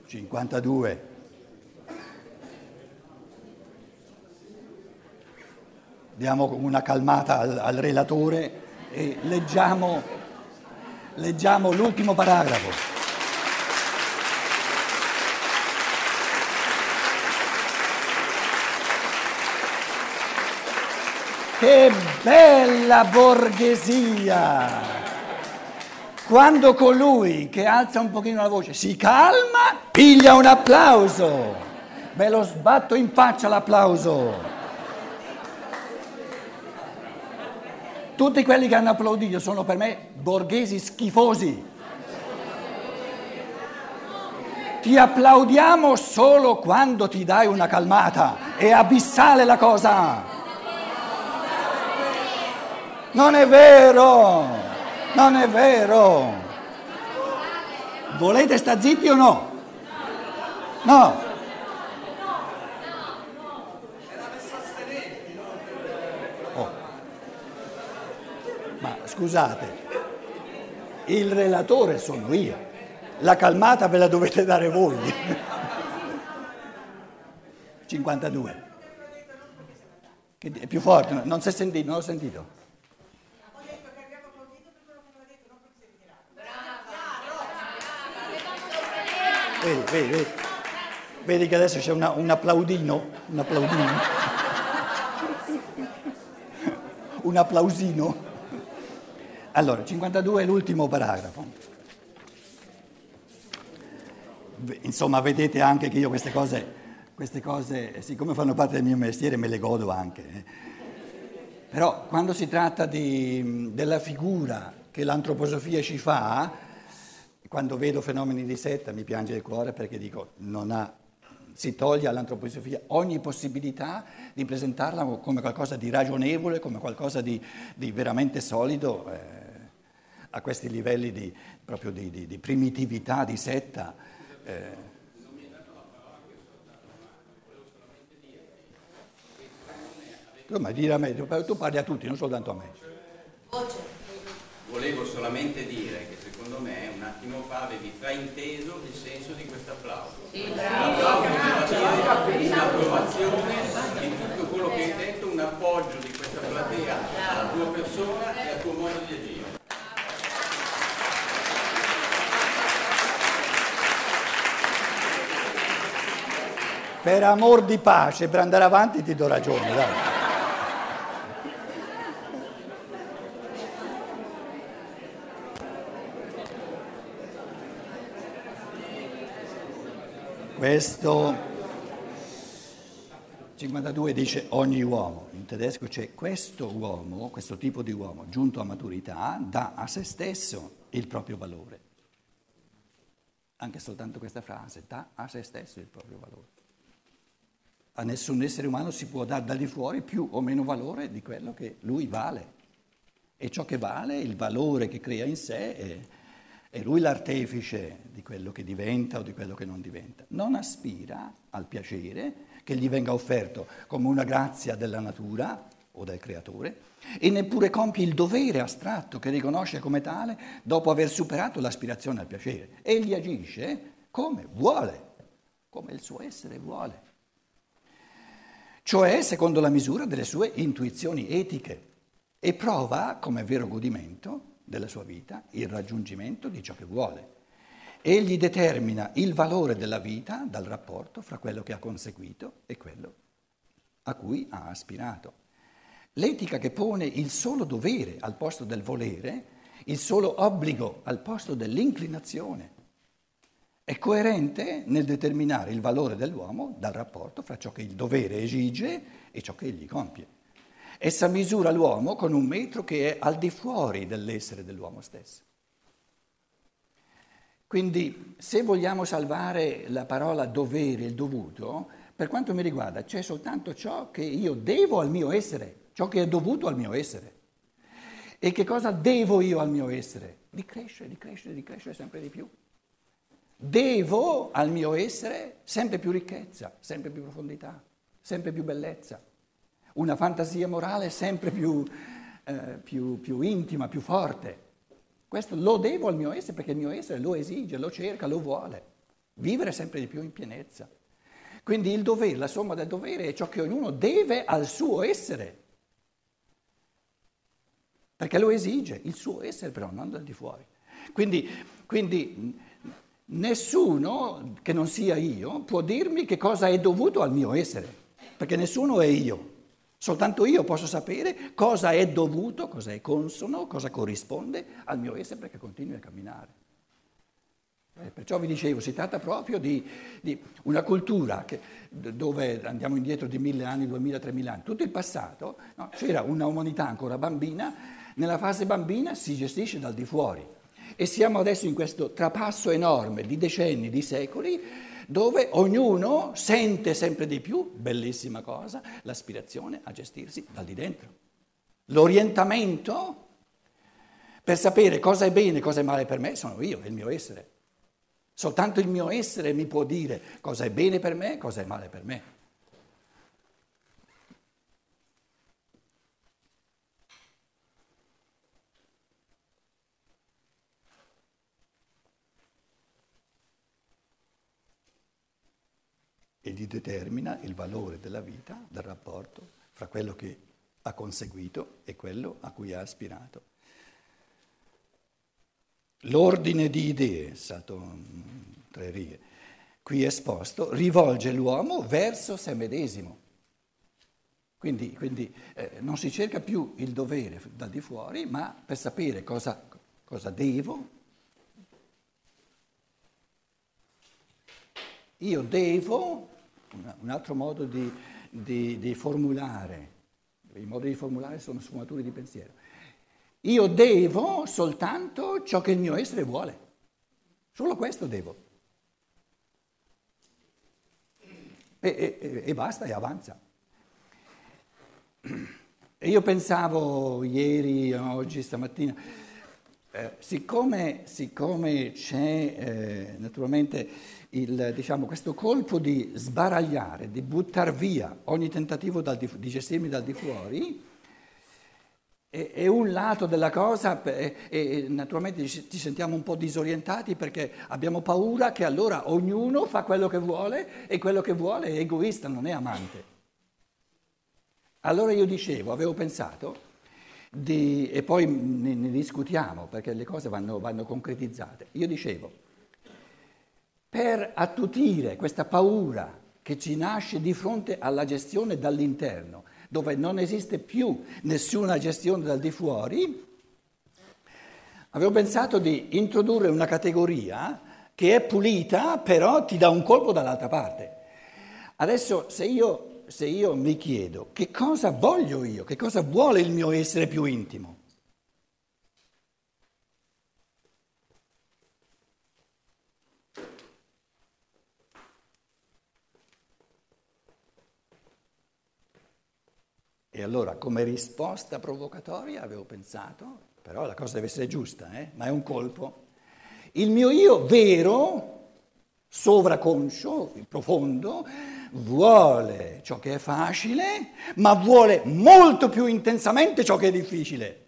52. Diamo una calmata al relatore e leggiamo l'ultimo paragrafo. Che bella borghesia! Quando colui che alza un pochino la voce si calma, piglia un applauso. Me lo sbatto in faccia l'applauso. Tutti quelli che hanno applaudito sono per me borghesi schifosi. Ti applaudiamo solo quando ti dai una calmata. È abissale la cosa. Non è vero, non è vero. Volete sta zitti o no? No. Oh. Ma scusate, il relatore sono io, la calmata ve la dovete dare voi. 52. Che è più forte, non si è sentito, non l'ho sentito. Vedi che adesso c'è un applaudino, un applausino. Allora, 52 è l'ultimo paragrafo. Insomma, vedete anche che io queste cose, siccome fanno parte del mio mestiere, me le godo anche. Però quando si tratta della figura che l'antroposofia ci fa, quando vedo fenomeni di setta mi piange il cuore perché dico si toglie all'antroposofia ogni possibilità di presentarla come qualcosa di ragionevole, come qualcosa di veramente solido a questi livelli proprio di primitività, di setta. Ma dire a me, tu parli a tutti, non soltanto a me. Volevo solamente dire che secondo me un attimo fa avevi frainteso il senso di questo applauso. Sì, l'applauso doveva dire un'approvazione di tutto quello che hai detto, un appoggio di questa platea alla tua persona e al tuo modo di agire. Per amor di pace, per andare avanti ti do ragione, dai. Questo 52 dice ogni uomo, in tedesco c'è questo uomo, questo tipo di uomo giunto a maturità dà a se stesso il proprio valore. Anche soltanto questa frase, dà a se stesso il proprio valore. A nessun essere umano si può dare da di fuori più o meno valore di quello che lui vale. E ciò che vale, il valore che crea in sé, è lui l'artefice di quello che diventa o di quello che non diventa. Non aspira al piacere che gli venga offerto come una grazia della natura o del creatore e neppure compie il dovere astratto che riconosce come tale dopo aver superato l'aspirazione al piacere. Egli agisce come vuole, come il suo essere vuole, cioè secondo la misura delle sue intuizioni etiche e prova come vero godimento della sua vita il raggiungimento di ciò che vuole. Egli determina il valore della vita dal rapporto fra quello che ha conseguito e quello a cui ha aspirato. L'etica che pone il solo dovere al posto del volere, il solo obbligo al posto dell'inclinazione, è coerente nel determinare il valore dell'uomo dal rapporto fra ciò che il dovere esige e ciò che egli compie. Essa misura l'uomo con un metro che è al di fuori dell'essere dell'uomo stesso. Quindi, se vogliamo salvare la parola dovere, il dovuto, per quanto mi riguarda c'è soltanto ciò che io devo al mio essere, ciò che è dovuto al mio essere. E che cosa devo io al mio essere? Di crescere sempre di più. Devo al mio essere sempre più ricchezza, sempre più profondità, sempre più bellezza. Una fantasia morale sempre più intima, più forte. Questo lo devo al mio essere perché il mio essere lo esige, lo cerca, lo vuole. vivere sempre di più in pienezza. Quindi il dovere, la somma del dovere è ciò che ognuno deve al suo essere, perché lo esige, il suo essere però, non dal di fuori. Quindi nessuno che non sia io può dirmi che cosa è dovuto al mio essere, perché nessuno è io. Soltanto io posso sapere cosa è dovuto, cosa è consono, cosa corrisponde al mio essere perché continui a camminare. Perciò vi dicevo, si tratta proprio di una cultura dove andiamo indietro di 1000 anni, 2000, 3000 anni, tutto il passato, no? C'era una umanità ancora bambina, nella fase bambina si gestisce dal di fuori e siamo adesso in questo trapasso enorme di decenni, di secoli, dove ognuno sente sempre di più, bellissima cosa, l'aspirazione a gestirsi dal di dentro. L'orientamento per sapere cosa è bene e cosa è male per me sono io, è il mio essere. Soltanto il mio essere mi può dire cosa è bene per me e cosa è male per me. E gli determina il valore della vita, del rapporto fra quello che ha conseguito e quello a cui ha aspirato. L'ordine di idee, salto 3 righe, qui esposto, rivolge l'uomo verso se medesimo. Quindi non si cerca più il dovere dal di fuori, ma per sapere cosa devo. Io devo, un altro modo di formulare, i modi di formulare sono sfumature di pensiero. Io devo soltanto ciò che il mio essere vuole, solo questo devo. E basta, e avanza. E io pensavo ieri, oggi, stamattina, siccome c'è naturalmente questo colpo di sbaragliare, di buttar via ogni tentativo di gestirmi dal di fuori, è un lato della cosa e naturalmente ci sentiamo un po' disorientati perché abbiamo paura che allora ognuno fa quello che vuole e quello che vuole è egoista, non è amante. Allora io avevo pensato, e poi ne discutiamo perché le cose vanno concretizzate, io dicevo, per attutire questa paura che ci nasce di fronte alla gestione dall'interno, dove non esiste più nessuna gestione dal di fuori, avevo pensato di introdurre una categoria che è pulita, però ti dà un colpo dall'altra parte. Adesso se io mi chiedo che cosa voglio io, che cosa vuole il mio essere più intimo, e allora come risposta provocatoria avevo pensato, però la cosa deve essere giusta, ma è un colpo, il mio io vero, sovraconscio, profondo, vuole ciò che è facile, ma vuole molto più intensamente ciò che è difficile.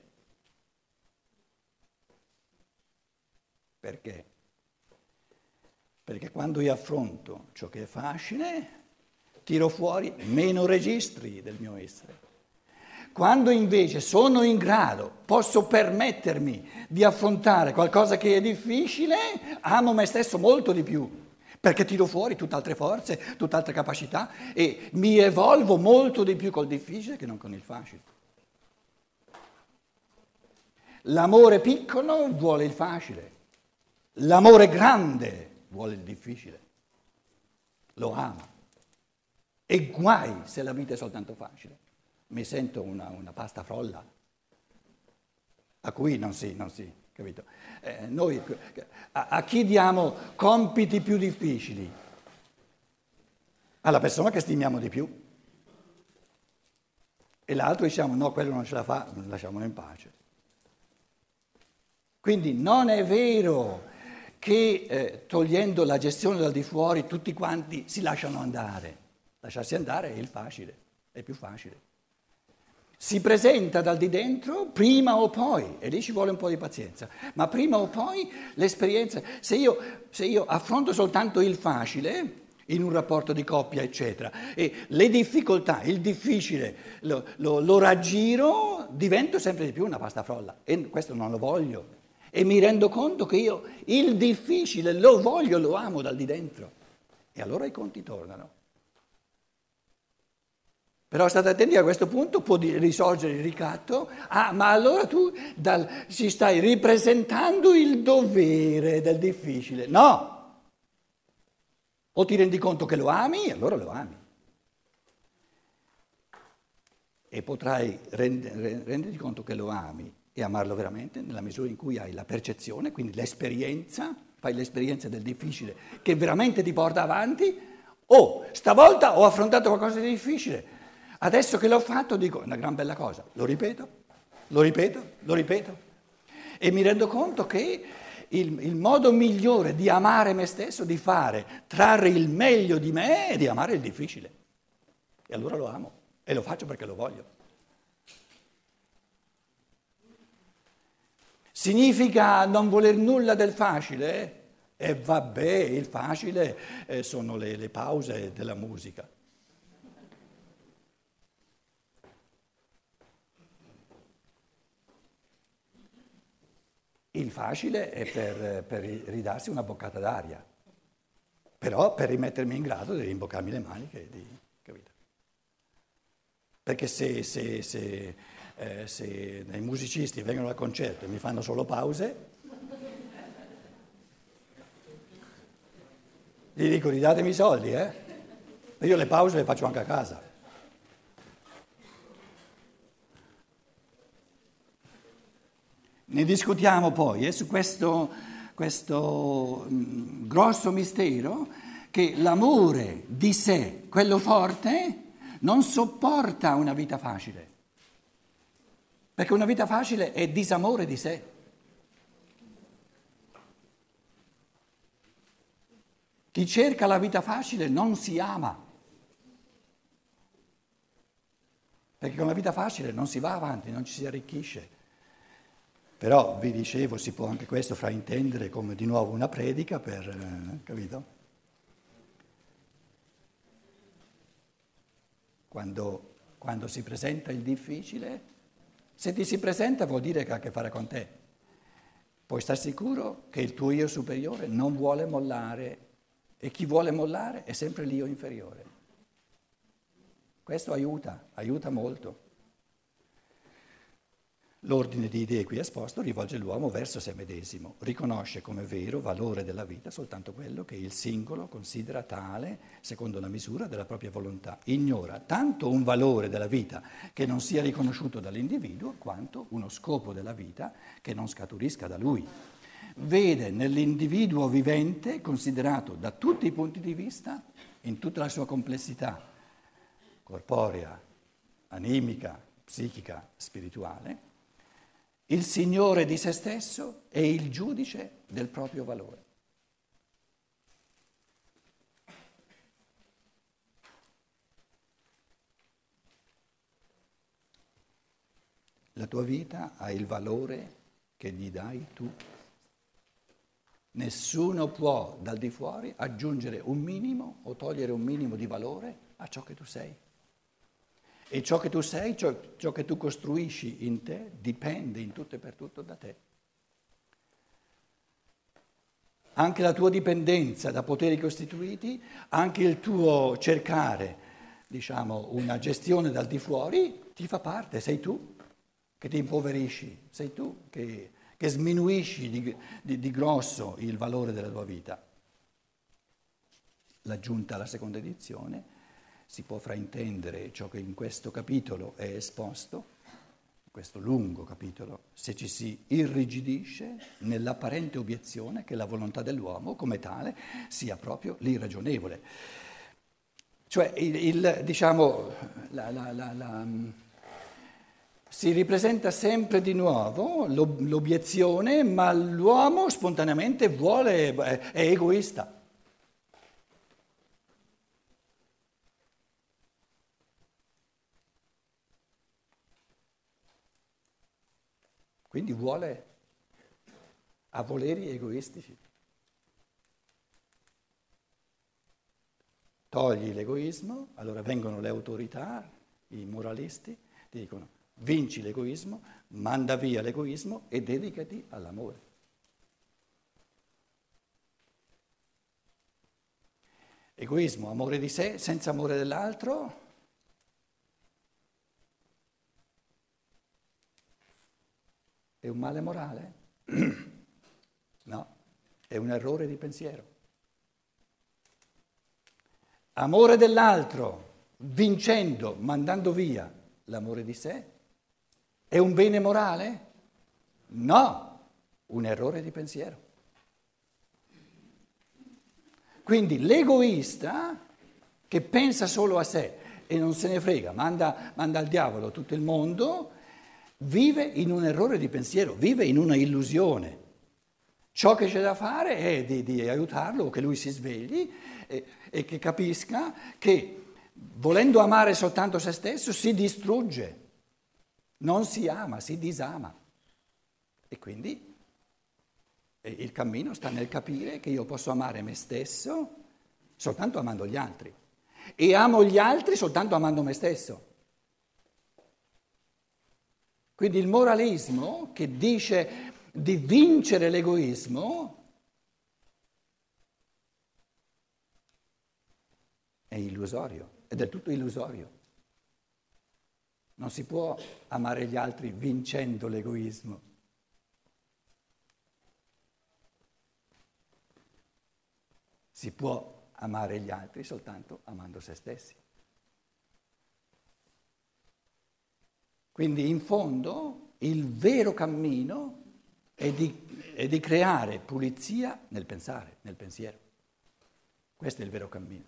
Perché? Perché quando io affronto ciò che è facile, tiro fuori meno registri del mio essere. Quando invece sono in grado, posso permettermi di affrontare qualcosa che è difficile, amo me stesso molto di più, perché tiro fuori tutt'altre forze, tutt'altre capacità e mi evolvo molto di più col difficile che non con il facile. L'amore piccolo vuole il facile, l'amore grande vuole il difficile, lo ama. E guai se la vita è soltanto facile. Mi sento una pasta frolla, a cui non si, capito? Noi a chi diamo compiti più difficili? Alla persona che stimiamo di più. E l'altro diciamo no, quello non ce la fa, lasciamolo in pace. Quindi non è vero che togliendo la gestione dal di fuori tutti quanti si lasciano andare. Lasciarsi andare è il facile, è più facile. si presenta dal di dentro prima o poi, e lì ci vuole un po' di pazienza, ma prima o poi l'esperienza, se io affronto soltanto il facile in un rapporto di coppia, eccetera, e le difficoltà, il difficile lo raggiro, divento sempre di più una pasta frolla, e questo non lo voglio. E mi rendo conto che io il difficile lo voglio, lo amo dal di dentro. E allora i conti tornano. Però state attenti, a questo punto può risorgere il ricatto, ma allora tu ci stai ripresentando il dovere del difficile. No! O ti rendi conto che lo ami, e allora lo ami. E potrai renderti conto che lo ami e amarlo veramente nella misura in cui hai la percezione, quindi l'esperienza, fai l'esperienza del difficile che veramente ti porta avanti, stavolta ho affrontato qualcosa di difficile. Adesso che l'ho fatto dico, una gran bella cosa, lo ripeto, e mi rendo conto che il modo migliore di amare me stesso, di trarre il meglio di me, è di amare il difficile. E allora lo amo, e lo faccio perché lo voglio. Significa non voler nulla del facile? E vabbè, il facile sono le pause della musica. Il facile è per ridarsi una boccata d'aria, però per rimettermi in grado di rimboccarmi le maniche, capito? Perché se dei musicisti vengono al concerto e mi fanno solo pause, gli dico ridatemi i soldi, e io le pause le faccio anche a casa. Ne discutiamo poi su questo grosso mistero che l'amore di sé, quello forte, non sopporta una vita facile, perché una vita facile è disamore di sé. Chi cerca la vita facile non si ama, perché con la vita facile non si va avanti, non ci si arricchisce. Però vi dicevo, si può anche questo fraintendere come di nuovo una predica capito? Quando si presenta il difficile, se ti si presenta vuol dire che ha a che fare con te. Puoi stare sicuro che il tuo io superiore non vuole mollare, e chi vuole mollare è sempre l'io inferiore. Questo aiuta molto. L'ordine di idee qui esposto rivolge l'uomo verso se medesimo, riconosce come vero valore della vita soltanto quello che il singolo considera tale secondo la misura della propria volontà. Ignora tanto un valore della vita che non sia riconosciuto dall'individuo, quanto uno scopo della vita che non scaturisca da lui. Vede nell'individuo vivente, considerato da tutti i punti di vista, in tutta la sua complessità corporea, animica, psichica, spirituale, il Signore di se stesso e il giudice del proprio valore. La tua vita ha il valore che gli dai tu. Nessuno può dal di fuori aggiungere un minimo o togliere un minimo di valore a ciò che tu sei. E ciò che tu sei, ciò che tu costruisci in te, dipende in tutto e per tutto da te. Anche la tua dipendenza da poteri costituiti, anche il tuo cercare, una gestione dal di fuori, ti fa parte, sei tu che ti impoverisci, sei tu che sminuisci di grosso il valore della tua vita. L'aggiunta alla seconda edizione si può fraintendere ciò che in questo capitolo è esposto, questo lungo capitolo, se ci si irrigidisce nell'apparente obiezione che la volontà dell'uomo come tale sia proprio l'irragionevole. Cioè, si ripresenta sempre di nuovo l'obiezione, ma l'uomo spontaneamente è egoista. Quindi ha voleri egoistici. Togli l'egoismo, allora vengono le autorità, i moralisti, ti dicono vinci l'egoismo, manda via l'egoismo e dedicati all'amore. Egoismo, amore di sé, senza amore dell'altro. È un male morale? No, è un errore di pensiero. Amore dell'altro, vincendo, mandando via l'amore di sé, è un bene morale? No, un errore di pensiero. Quindi l'egoista che pensa solo a sé e non se ne frega, manda al diavolo tutto il mondo, vive in un errore di pensiero, vive in una illusione. Ciò che c'è da fare è di aiutarlo, che lui si svegli e che capisca che volendo amare soltanto se stesso si distrugge, non si ama, si disama. E quindi il cammino sta nel capire che io posso amare me stesso soltanto amando gli altri e amo gli altri soltanto amando me stesso. Quindi il moralismo che dice di vincere l'egoismo è illusorio, è del tutto illusorio. Non si può amare gli altri vincendo l'egoismo. Si può amare gli altri soltanto amando se stessi. Quindi in fondo il vero cammino è di creare pulizia nel pensare, nel pensiero. Questo è il vero cammino.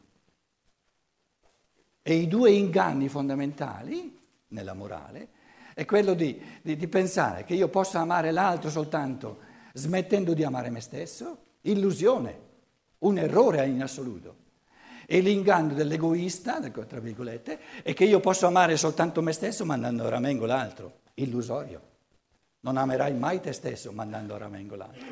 E i due inganni fondamentali nella morale è quello di pensare che io possa amare l'altro soltanto smettendo di amare me stesso, illusione, un errore in assoluto. E l'inganno dell'egoista, tra virgolette, è che io posso amare soltanto me stesso mandando a ramengo l'altro, illusorio. Non amerai mai te stesso mandando a ramengo l'altro.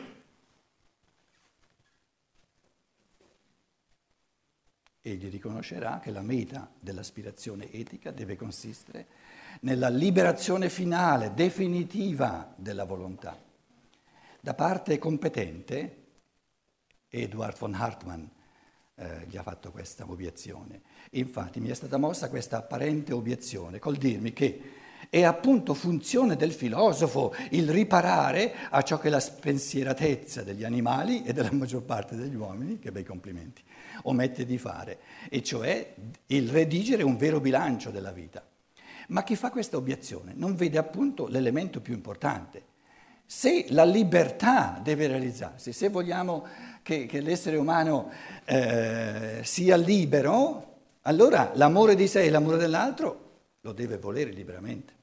Egli riconoscerà che la meta dell'aspirazione etica deve consistere nella liberazione finale, definitiva della volontà. Da parte competente, Eduard von Hartmann gli ha fatto questa obiezione. Infatti mi è stata mossa questa apparente obiezione col dirmi che è appunto funzione del filosofo il riparare a ciò che la spensieratezza degli animali e della maggior parte degli uomini, che bei complimenti, omette di fare, e cioè il redigere un vero bilancio della vita. Ma chi fa questa obiezione non vede appunto l'elemento più importante. Se la libertà deve realizzarsi, se vogliamo che l'essere umano sia libero, allora l'amore di sé e l'amore dell'altro lo deve volere liberamente.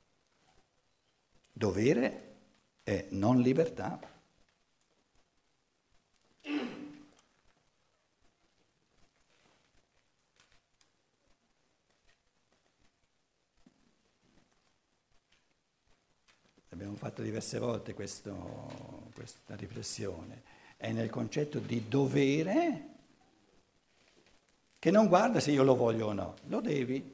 Dovere è non libertà. Abbiamo fatto diverse volte questa riflessione. È nel concetto di dovere che non guarda se io lo voglio o no, lo devi.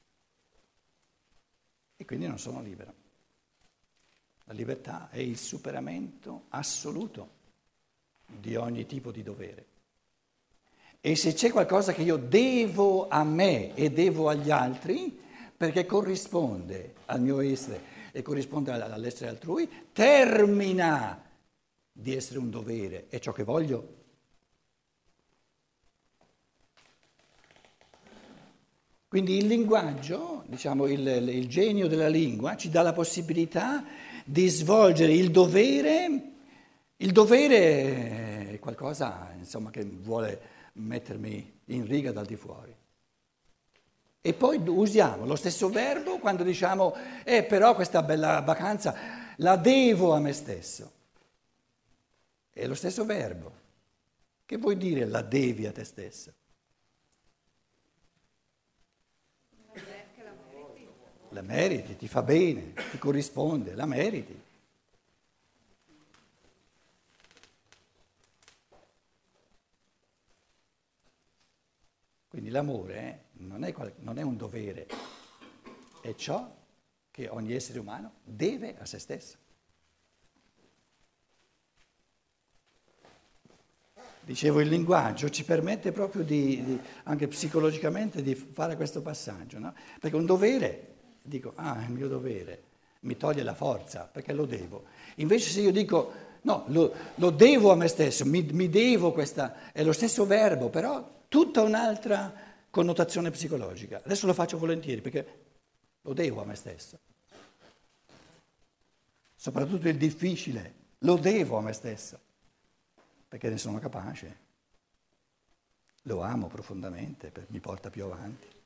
E quindi non sono libero. La libertà è il superamento assoluto di ogni tipo di dovere. E se c'è qualcosa che io devo a me e devo agli altri, perché corrisponde al mio essere e corrisponde all'essere altrui, termina di essere un dovere, è ciò che voglio. Quindi il linguaggio, diciamo il genio della lingua, ci dà la possibilità di svolgere il dovere. Il dovere è qualcosa, insomma, che vuole mettermi in riga dal di fuori. E poi usiamo lo stesso verbo quando diciamo però questa bella vacanza la devo a me stesso. È lo stesso verbo. Che vuoi dire la devi a te stesso? La meriti, ti fa bene, ti corrisponde, la meriti. Quindi l'amore non è un dovere, è ciò che ogni essere umano deve a se stesso. Dicevo, il linguaggio ci permette proprio anche psicologicamente di fare questo passaggio, no? Perché un dovere, dico, è il mio dovere, mi toglie la forza, perché lo devo. Invece se io dico, no, lo devo a me stesso, mi devo questa, è lo stesso verbo, però tutta un'altra connotazione psicologica. Adesso lo faccio volentieri, perché lo devo a me stesso. Soprattutto il difficile, lo devo a me stesso. Perché ne sono capace, lo amo profondamente, mi porta più avanti.